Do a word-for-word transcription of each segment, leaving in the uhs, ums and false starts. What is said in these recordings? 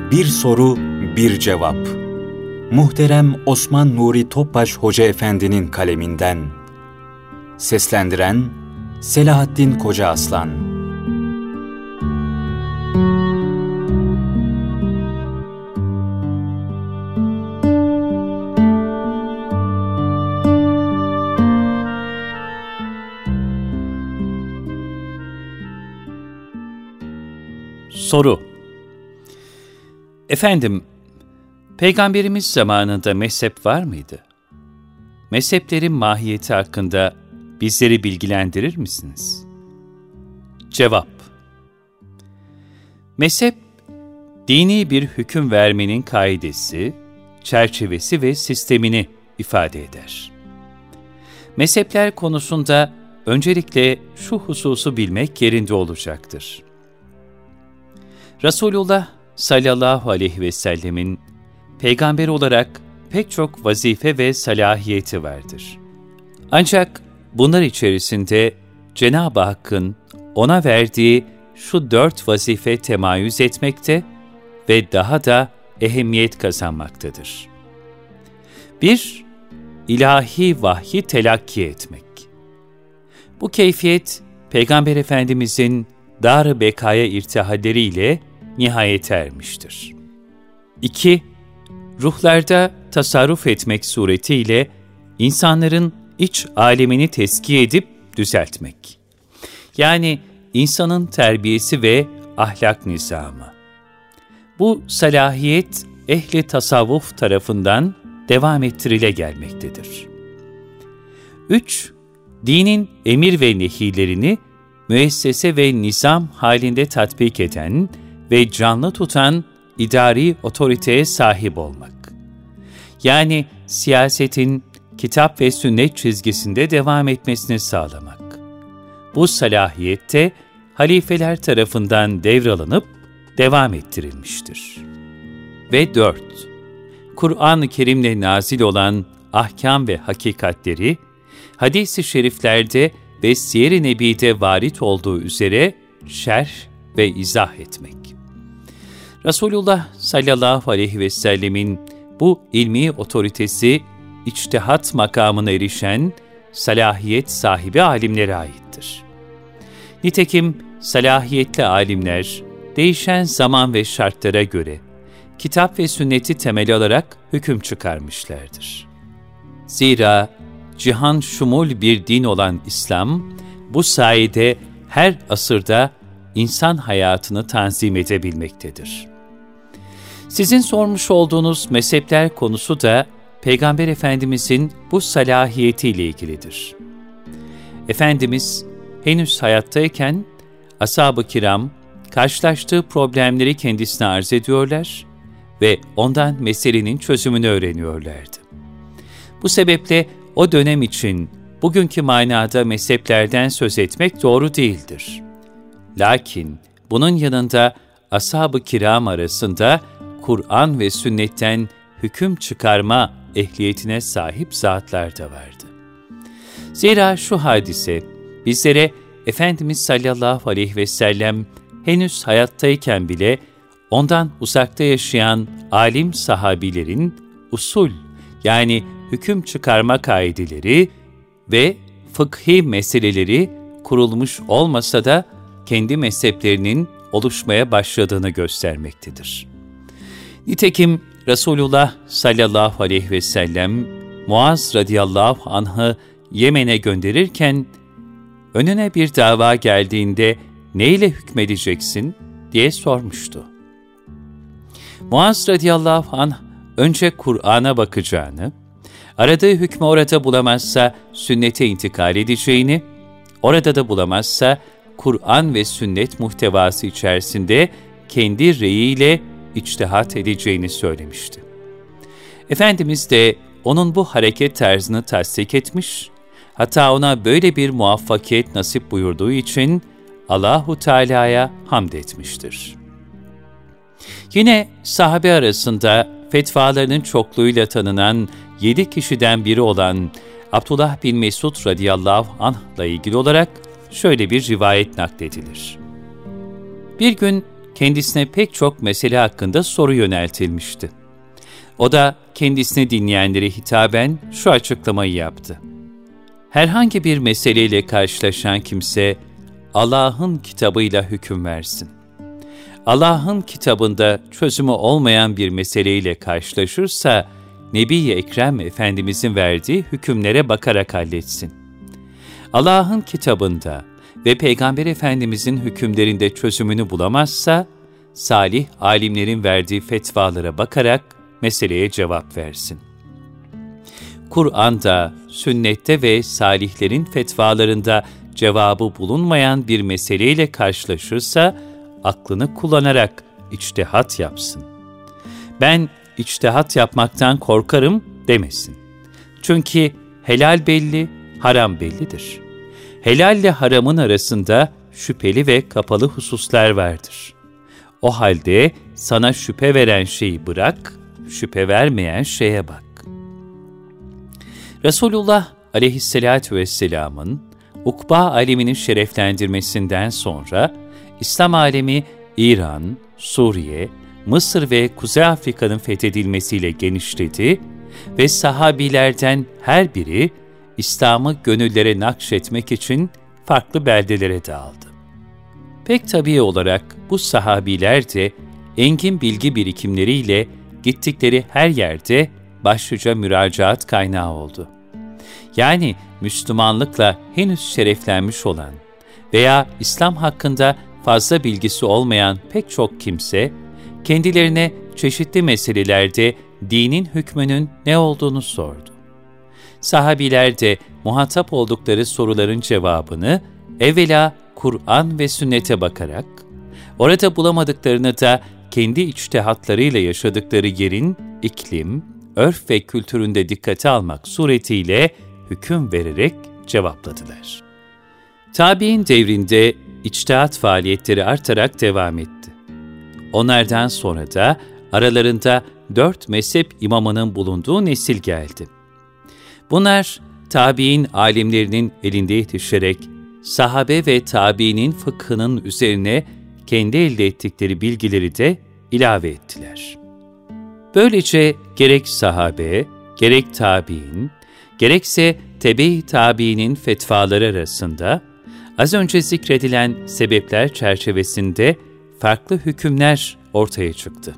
Bir soru, bir cevap. Muhterem Osman Nuri Topbaş Hoca Efendi'nin kaleminden. Seslendiren Selahattin Kocaaslan. Soru. Efendim, Peygamberimiz zamanında mezhep var mıydı? Mezheplerin mahiyeti hakkında bizleri bilgilendirir misiniz? Cevap. Mezhep, dini bir hüküm vermenin kaidesi, çerçevesi ve sistemini ifade eder. Mezhepler konusunda öncelikle şu hususu bilmek yerinde olacaktır. Resulullah sallallahu aleyhi ve sellemin peygamber olarak pek çok vazife ve salahiyeti vardır. Ancak bunlar içerisinde Cenab-ı Hakk'ın ona verdiği şu dört vazife temayüz etmekte ve daha da ehemmiyet kazanmaktadır. bir İlahi vahyi telakki etmek. Bu keyfiyet, Peygamber Efendimizin dar-ı bekaya irtihalleriyle nihayete ermiştir. iki Ruhlarda tasarruf etmek suretiyle insanların iç alemini tezkiye edip düzeltmek. Yani insanın terbiyesi ve ahlak nizamı. Bu salahiyet ehli tasavvuf tarafından devam ettirile gelmektedir. üç Dinin emir ve nehilerini müessese ve nizam halinde tatbik eden ve canlı tutan idari otoriteye sahip olmak. Yani siyasetin kitap ve sünnet çizgisinde devam etmesini sağlamak. Bu salahiyette halifeler tarafından devralınıp devam ettirilmiştir. Ve dört Kur'an-ı Kerim'le nazil olan ahkam ve hakikatleri, hadis-i şeriflerde ve siyer-i nebide varit olduğu üzere şerh ve izah etmek. Resulullah sallallahu aleyhi ve sellemin bu ilmi otoritesi, içtihat makamına erişen salahiyet sahibi alimlere aittir. Nitekim salahiyetli alimler, değişen zaman ve şartlara göre kitap ve sünneti temel alarak hüküm çıkarmışlardır. Zira cihan şumul bir din olan İslam, bu sayede her asırda insan hayatını tanzim edebilmektedir. Sizin sormuş olduğunuz mezhepler konusu da Peygamber Efendimizin bu salahiyetiyle ilgilidir. Efendimiz henüz hayattayken ashab-ı kiram karşılaştığı problemleri kendisine arz ediyorlar ve ondan meselenin çözümünü öğreniyorlardı. Bu sebeple o dönem için bugünkü manada mezheplerden söz etmek doğru değildir. Lakin bunun yanında ashab-ı kiram arasında Kur'an ve sünnetten hüküm çıkarma ehliyetine sahip zatlar da vardı. Zira şu hadise bizlere Efendimiz sallallahu aleyhi ve sellem henüz hayattayken bile ondan uzakta yaşayan alim sahabilerin usul yani hüküm çıkarma kaideleri ve fıkhi meseleleri kurulmuş olmasa da kendi mezheplerinin oluşmaya başladığını göstermektedir. Nitekim Resulullah sallallahu aleyhi ve sellem Muaz radıyallahu anh'ı Yemen'e gönderirken önüne bir dava geldiğinde neyle hükmedeceksin diye sormuştu. Muaz radıyallahu anh önce Kur'an'a bakacağını, aradığı hükmü orada bulamazsa sünnete intikal edeceğini, orada da bulamazsa Kur'an ve sünnet muhtevası içerisinde kendi reyiyle içtihat edeceğini söylemişti. Efendimiz de onun bu hareket tarzını tasdik etmiş, hatta ona böyle bir muvaffakiyet nasip buyurduğu için Allahu Teala'ya hamd etmiştir. Yine sahabe arasında fetvalarının çokluğuyla tanınan yedi kişiden biri olan Abdullah bin Mesud radıyallahu anh'la ilgili olarak şöyle bir rivayet nakledilir. Bir gün kendisine pek çok mesele hakkında soru yöneltilmişti. O da kendisini dinleyenlere hitaben şu açıklamayı yaptı. Herhangi bir meseleyle karşılaşan kimse Allah'ın kitabıyla hüküm versin. Allah'ın kitabında çözümü olmayan bir meseleyle karşılaşırsa, Nebi-i Ekrem Efendimizin verdiği hükümlere bakarak halletsin. Allah'ın kitabında ve Peygamber Efendimizin hükümlerinde çözümünü bulamazsa, salih alimlerin verdiği fetvalara bakarak meseleye cevap versin. Kur'an'da, sünnette ve salihlerin fetvalarında cevabı bulunmayan bir meseleyle karşılaşırsa, aklını kullanarak içtihat yapsın. Ben içtihat yapmaktan korkarım demesin. Çünkü helal belli, haram bellidir. Helalle haramın arasında şüpheli ve kapalı hususlar vardır. O halde sana şüphe veren şeyi bırak, şüphe vermeyen şeye bak. Resulullah aleyhissalâtu vesselâmın ukba alemini şereflendirmesinden sonra İslam alemi İran, Suriye, Mısır ve Kuzey Afrika'nın fethedilmesiyle genişledi ve sahabilerden her biri İslam'ı gönüllere nakşetmek için farklı beldelere dağıldı. Pek tabii olarak bu sahabiler de engin bilgi birikimleriyle gittikleri her yerde başlıca müracaat kaynağı oldu. Yani Müslümanlıkla henüz şereflenmiş olan veya İslam hakkında fazla bilgisi olmayan pek çok kimse, kendilerine çeşitli meselelerde dinin hükmünün ne olduğunu sordu. Sahabiler de muhatap oldukları soruların cevabını evvela Kur'an ve sünnete bakarak, orada bulamadıklarını da kendi içtihatlarıyla yaşadıkları yerin iklim, örf ve kültüründe dikkate almak suretiyle hüküm vererek cevapladılar. Tabi'in devrinde içtihat faaliyetleri artarak devam etti. Onlardan sonra da aralarında dört mezhep imamının bulunduğu nesil geldi. Bunlar, tabi'in alimlerinin elinde yetişerek, sahabe ve tabi'nin fıkhının üzerine kendi elde ettikleri bilgileri de ilave ettiler. Böylece gerek sahabe, gerek tabi'in, gerekse tebe-i tabi'nin fetvaları arasında, az önce zikredilen sebepler çerçevesinde farklı hükümler ortaya çıktı.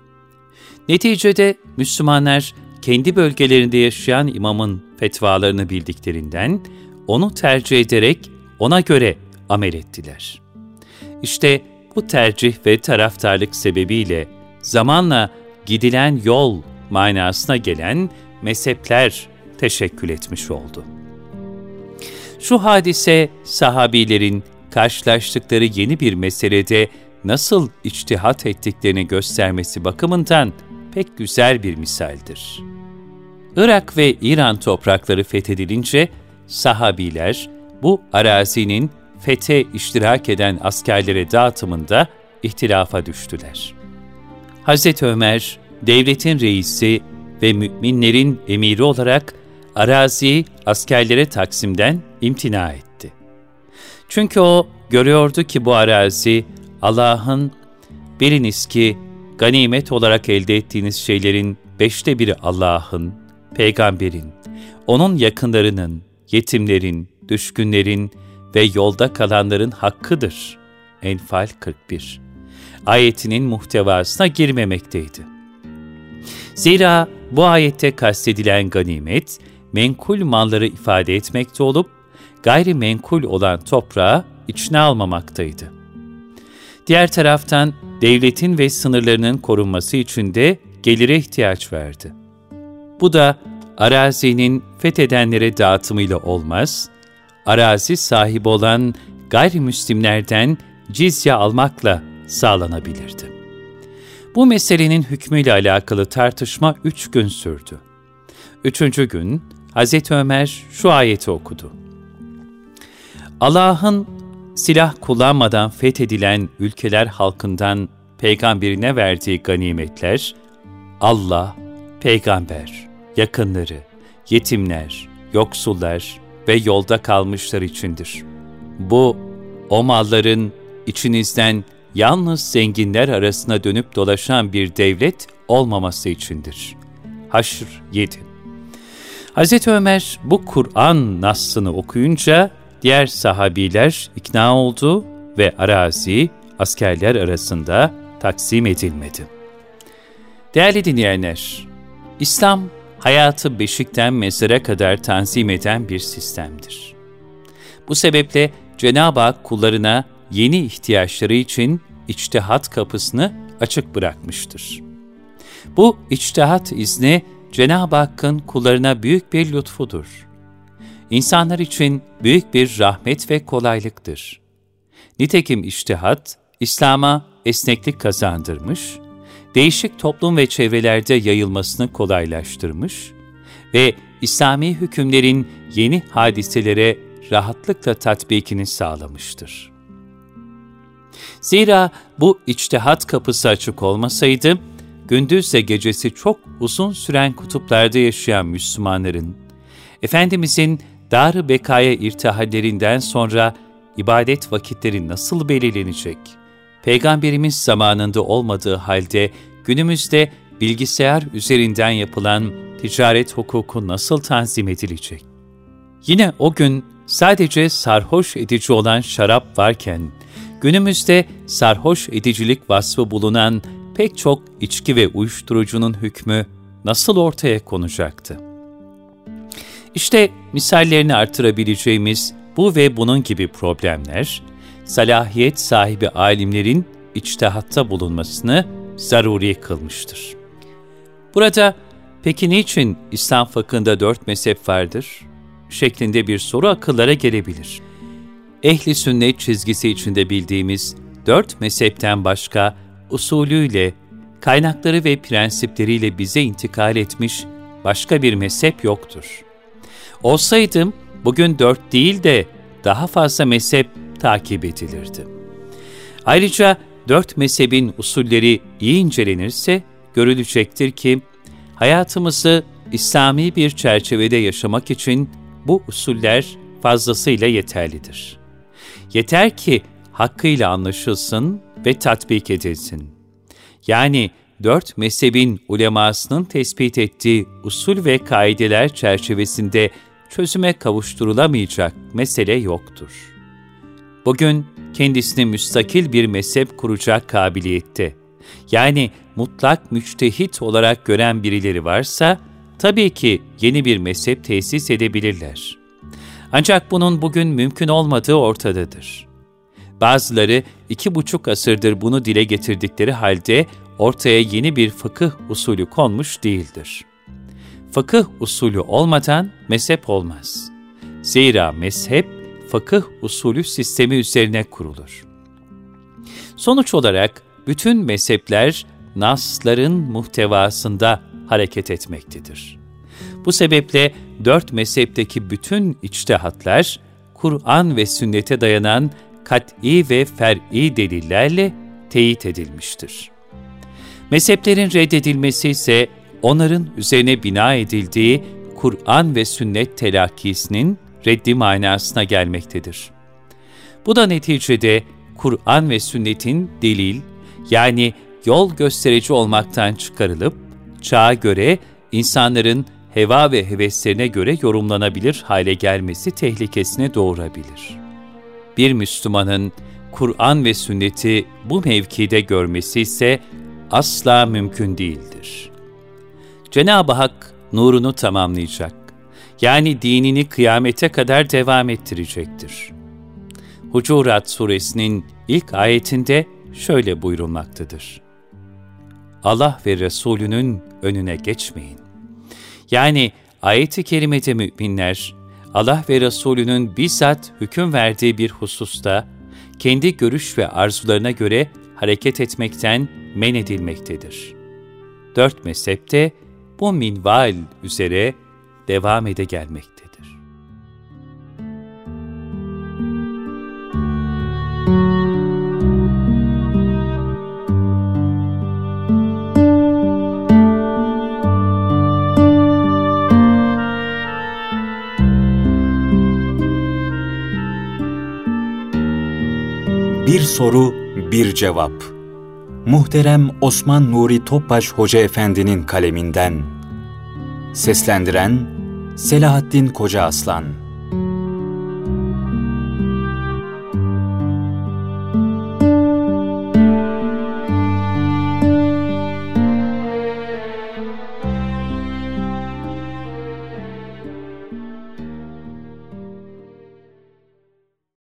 Neticede Müslümanlar kendi bölgelerinde yaşayan imamın fetvalarını bildiklerinden onu tercih ederek ona göre amel ettiler. İşte bu tercih ve taraftarlık sebebiyle zamanla gidilen yol manasına gelen mezhepler teşekkül etmiş oldu. Şu hadise sahabilerin karşılaştıkları yeni bir meselede nasıl içtihat ettiklerini göstermesi bakımından pek güzel bir misaldir. Irak ve İran toprakları fethedilince sahabiler bu arazinin fethe iştirak eden askerlere dağıtımında ihtilafa düştüler. Hazreti Ömer, devletin reisi ve müminlerin emiri olarak araziyi askerlere taksimden imtina etti. Çünkü o görüyordu ki bu arazi Allah'ın, biliniz ki ganimet olarak elde ettiğiniz şeylerin beşte biri Allah'ın, peygamberin, onun yakınlarının, yetimlerin, düşkünlerin ve yolda kalanların hakkıdır. Enfal kırk bir. Ayetinin muhtevasına girmemekteydi. Zira bu ayette kastedilen ganimet, menkul malları ifade etmekte olup, gayrimenkul olan toprağı içine almamaktaydı. Diğer taraftan devletin ve sınırlarının korunması için de gelire ihtiyaç vardı. Bu da arazinin fethedenlere dağıtımıyla olmaz, arazi sahibi olan gayrimüslimlerden cizye almakla sağlanabilirdi. Bu meselenin hükmüyle alakalı tartışma üç gün sürdü. Üçüncü gün Hazreti Ömer şu ayeti okudu. Allah'ın silah kullanmadan fethedilen ülkeler halkından peygamberine verdiği ganimetler, Allah, peygamber, yakınları, yetimler, yoksullar ve yolda kalmışlar içindir. Bu, o malların içinizden yalnız zenginler arasına dönüp dolaşan bir devlet olmaması içindir. Haşr yedi. Hazreti Ömer bu Kur'an nassını okuyunca diğer sahabiler ikna oldu ve arazi askerler arasında taksim edilmedi. Değerli dinleyenler, İslam hayatı beşikten mezara kadar tanzim eden bir sistemdir. Bu sebeple Cenab-ı Hak kullarına yeni ihtiyaçları için içtihat kapısını açık bırakmıştır. Bu içtihat izni Cenab-ı Hakk'ın kullarına büyük bir lütfudur. İnsanlar için büyük bir rahmet ve kolaylıktır. Nitekim içtihat, İslam'a esneklik kazandırmış, değişik toplum ve çevrelerde yayılmasını kolaylaştırmış ve İslami hükümlerin yeni hadiselere rahatlıkla tatbikini sağlamıştır. Zira bu içtihat kapısı açık olmasaydı, gündüzle gecesi çok uzun süren kutuplarda yaşayan Müslümanların, Efendimizin dar-ı bekaya irtihallerinden sonra ibadet vakitleri nasıl belirlenecek? Peygamberimiz zamanında olmadığı halde günümüzde bilgisayar üzerinden yapılan ticaret hukuku nasıl tanzim edilecek? Yine o gün sadece sarhoş edici olan şarap varken, günümüzde sarhoş edicilik vasfı bulunan pek çok içki ve uyuşturucunun hükmü nasıl ortaya konacaktı? İşte misallerini artırabileceğimiz bu ve bunun gibi problemler, salahiyet sahibi alimlerin içtihatta bulunmasını zaruri kılmıştır. Burada peki niçin İslam fıkhında dört mezhep vardır? Şeklinde bir soru akıllara gelebilir. Ehli sünnet çizgisi içinde bildiğimiz dört mezhepten başka usulüyle, kaynakları ve prensipleriyle bize intikal etmiş başka bir mezhep yoktur. Olsaydım bugün dört değil de daha fazla mezhep takip edilirdi. Ayrıca dört mezhebin usulleri iyi incelenirse görülecektir ki hayatımızı İslami bir çerçevede yaşamak için bu usuller fazlasıyla yeterlidir. Yeter ki hakkıyla anlaşılsın ve tatbik edilsin. Yani dört mezhebin ulemasının tespit ettiği usul ve kaideler çerçevesinde çözüme kavuşturulamayacak mesele yoktur. Bugün kendisini müstakil bir mezhep kuracak kabiliyette, yani mutlak müçtehit olarak gören birileri varsa, tabii ki yeni bir mezhep tesis edebilirler. Ancak bunun bugün mümkün olmadığı ortadadır. Bazıları iki buçuk asırdır bunu dile getirdikleri halde ortaya yeni bir fıkıh usulü konmuş değildir. Fıkıh usulü olmadan mezhep olmaz. Zira mezhep, fıkıh usulü sistemi üzerine kurulur. Sonuç olarak bütün mezhepler nasların muhtevasında hareket etmektedir. Bu sebeple dört mezhepteki bütün içtihatlar, Kur'an ve sünnete dayanan kat'i ve fer'i delillerle teyit edilmiştir. Mezheplerin reddedilmesi ise onların üzerine bina edildiği Kur'an ve sünnet telakkisinin reddi manasına gelmektedir. Bu da neticede Kur'an ve sünnetin delil, yani yol gösterici olmaktan çıkarılıp, çağa göre insanların heva ve heveslerine göre yorumlanabilir hale gelmesi tehlikesine doğurabilir. Bir Müslümanın Kur'an ve sünneti bu mevkide görmesi ise asla mümkün değildir. Cenab-ı Hak nurunu tamamlayacak, yani dinini kıyamete kadar devam ettirecektir. Hucurat suresinin ilk ayetinde şöyle buyurulmaktadır: Allah ve Resulünün önüne geçmeyin. Yani ayet-i kerimede müminler, Allah ve Resulünün bizzat hüküm verdiği bir hususta, kendi görüş ve arzularına göre hareket etmekten men edilmektedir. Dört mezhep de bu minval üzere devam ede gelmektedir. Bir soru, Bir Cevap. Muhterem Osman Nuri Topbaş Hoca Efendi'nin kaleminden. Seslendiren Selahattin Kocaaslan.